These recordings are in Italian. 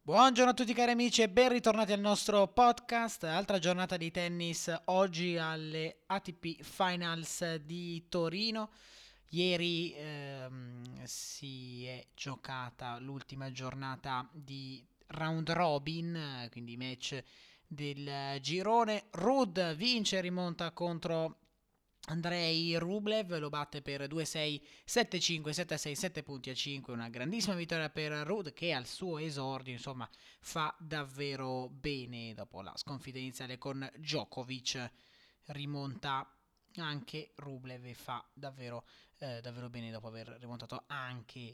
Buongiorno a tutti cari amici e ben ritornati al nostro podcast. Altra giornata di tennis oggi alle ATP Finals di Torino. Ieri si è giocata l'ultima giornata di round robin, quindi match del girone. Ruud vince e rimonta contro Andrei Rublev, lo batte per 2-6, 7-5, 7-6, 7 punti a 5, una grandissima vittoria per Ruud che al suo esordio insomma fa davvero bene dopo la sconfitta iniziale con Djokovic, rimonta anche Rublev e fa davvero bene dopo aver rimontato anche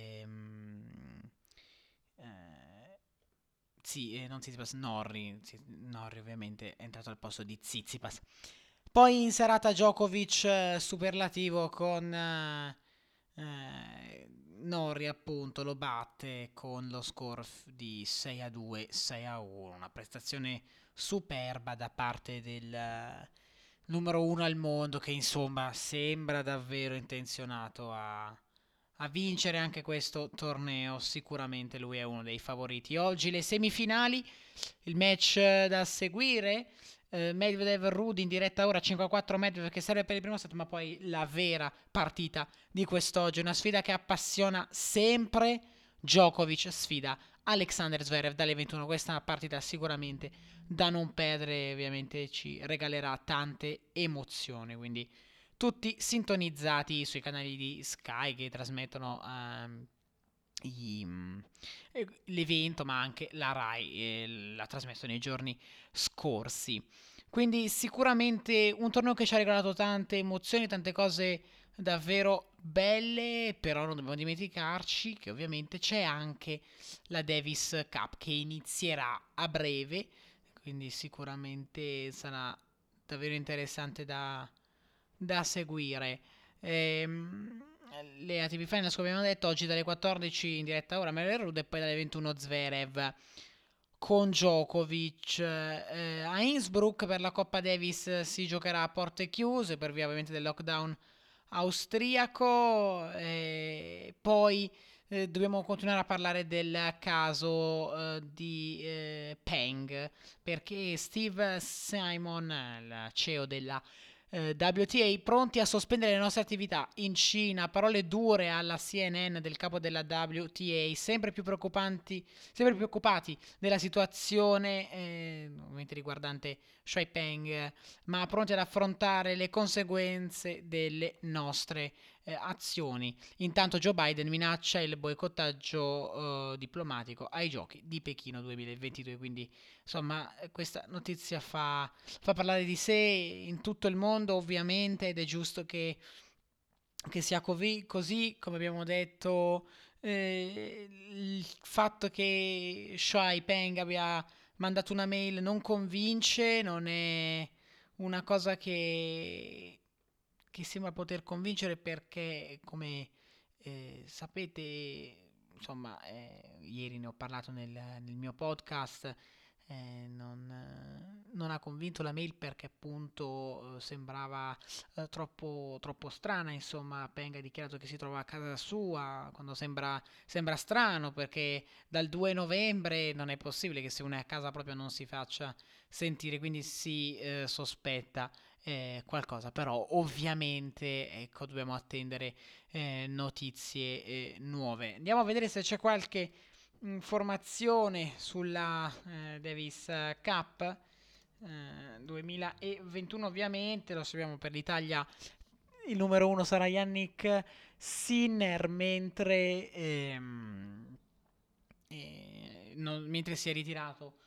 non Tsitsipas, Norri ovviamente è entrato al posto di Tsitsipas. Poi in serata Djokovic superlativo con Norri appunto lo batte con lo score di 6-2, 6-1, una prestazione superba da parte del numero uno al mondo che insomma sembra davvero intenzionato a vincere anche questo torneo. Sicuramente lui è uno dei favoriti. Oggi le semifinali, il match da seguire. Medvedev Ruud in diretta ora 5-4 Medvedev che serve per il primo set, ma poi la vera partita di quest'oggi, una sfida che appassiona sempre. Djokovic sfida Alexander Zverev dalle 21. Questa è una partita sicuramente da non perdere, ovviamente ci regalerà tante emozioni, quindi tutti sintonizzati sui canali di Sky che trasmettono l'evento, ma anche la Rai l'ha trasmesso nei giorni scorsi. Quindi sicuramente un torneo che ci ha regalato tante emozioni, tante cose davvero belle, però non dobbiamo dimenticarci che ovviamente c'è anche la Davis Cup che inizierà a breve, quindi sicuramente sarà davvero interessante da seguire. Ehm, le ATP Finals, come abbiamo detto, oggi dalle 14 in diretta ora Miller Ruud e poi dalle 21 Zverev con Djokovic. A Innsbruck per la Coppa Davis si giocherà a porte chiuse per via ovviamente del lockdown austriaco. Poi dobbiamo continuare a parlare del caso di Peng perché Steve Simon, il CEO della WTA, pronti a sospendere le nostre attività in Cina. Parole dure alla CNN del capo della WTA, sempre più preoccupanti, sempre più preoccupati della situazione, ovviamente riguardante Shui Peng, ma pronti ad affrontare le conseguenze delle nostre azioni. Intanto Joe Biden minaccia il boicottaggio diplomatico ai giochi di Pechino 2022, quindi insomma questa notizia fa parlare di sé in tutto il mondo ovviamente ed è giusto che sia così come abbiamo detto. Il fatto che Shuai Peng abbia mandato una mail non convince, non è una cosa che sembra poter convincere perché come sapete, insomma, ieri ne ho parlato nel mio podcast, non ha convinto la mail perché appunto sembrava troppo strana. Insomma, Peng ha dichiarato che si trova a casa sua quando sembra strano perché dal 2 novembre non è possibile che se uno è a casa proprio non si faccia sentire, quindi si sospetta qualcosa, però ovviamente ecco dobbiamo attendere notizie nuove. Andiamo a vedere se c'è qualche informazione sulla Davis Cup 2021. Ovviamente lo sappiamo, per l'Italia il numero uno sarà Yannick Sinner, mentre si è ritirato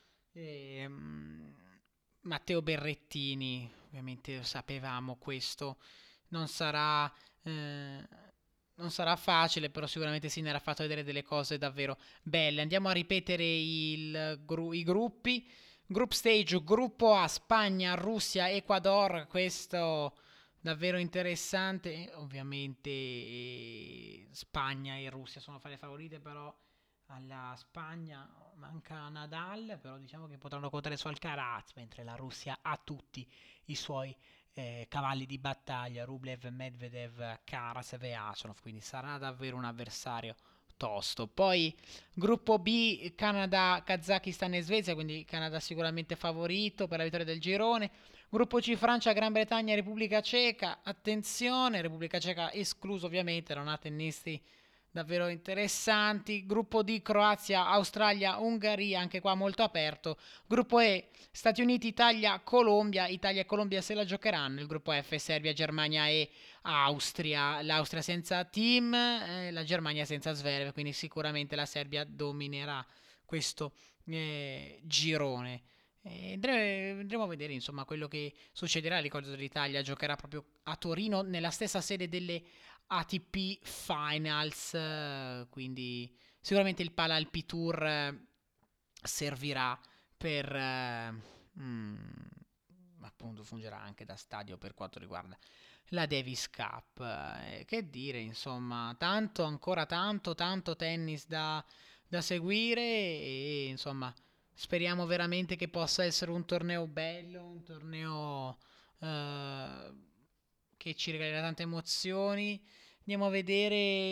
Matteo Berrettini. Ovviamente lo sapevamo questo, non sarà eh, non sarà facile, però sicuramente Sinner ha fatto vedere delle cose davvero belle. Andiamo a ripetere i gruppi. Group stage, gruppo A, Spagna, Russia, Ecuador. Questo davvero interessante. Ovviamente Spagna e Russia sono fra le favorite, però alla Spagna manca Nadal, però diciamo che potranno contare su Alcaraz, mentre la Russia ha tutti i suoi cavalli di battaglia, Rublev, Medvedev, Karas e Asanov, quindi sarà davvero un avversario tosto. Poi gruppo B, Canada, Kazakistan e Svezia, quindi Canada sicuramente favorito per la vittoria del girone. Gruppo C, Francia, Gran Bretagna e Repubblica Ceca. Attenzione, Repubblica Ceca escluso ovviamente, non ha tennisti davvero interessanti. Gruppo D, Croazia, Australia, Ungheria, anche qua molto aperto. Gruppo E, Stati Uniti, Italia, Colombia. Italia e Colombia se la giocheranno. Il gruppo F, Serbia, Germania e Austria. L'Austria senza team, la Germania senza Zverev, quindi sicuramente la Serbia dominerà questo girone. Andremo a vedere insomma quello che succederà. Ricordo che l'Italia giocherà proprio a Torino nella stessa sede delle ATP Finals, quindi sicuramente il Pala Alpi Tour servirà per mm, appunto fungerà anche da stadio per quanto riguarda la Davis Cup. Che dire, insomma, tanto ancora tanto tennis da seguire e insomma speriamo veramente che possa essere un torneo bello, un torneo eh, che ci regalerà tante emozioni. Andiamo a vedere.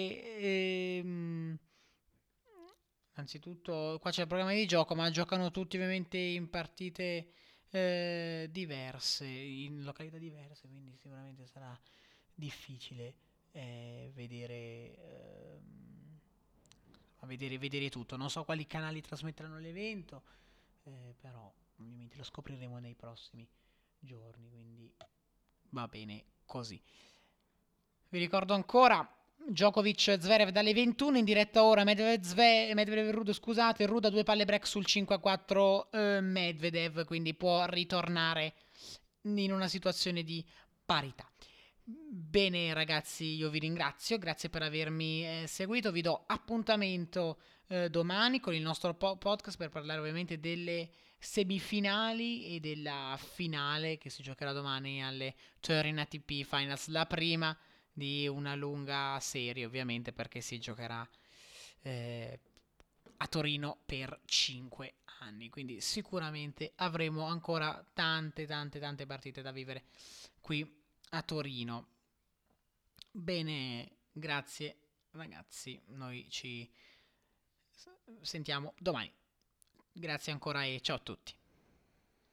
Anzitutto, qua c'è il programma di gioco, ma giocano tutti ovviamente in partite diverse, in località diverse, quindi sicuramente sarà difficile vedere, vedere tutto. Non so quali canali trasmetteranno l'evento, però ovviamente lo scopriremo nei prossimi giorni, quindi va bene così. Vi ricordo ancora Djokovic Zverev dalle 21 in diretta ora. Medvedev Rudo, scusate. Ruda 2 palle break sul 5-4 Medvedev, quindi può ritornare in una situazione di parità. Bene ragazzi, io vi ringrazio, grazie per avermi seguito, vi do appuntamento domani con il nostro podcast per parlare ovviamente delle semifinali e della finale che si giocherà domani alle Turin ATP Finals, la prima di una lunga serie ovviamente perché si giocherà eh, a Torino per 5 anni, quindi sicuramente avremo ancora tante partite da vivere qui a Torino. Bene, grazie ragazzi, noi ci sentiamo domani. Grazie ancora e ciao a tutti.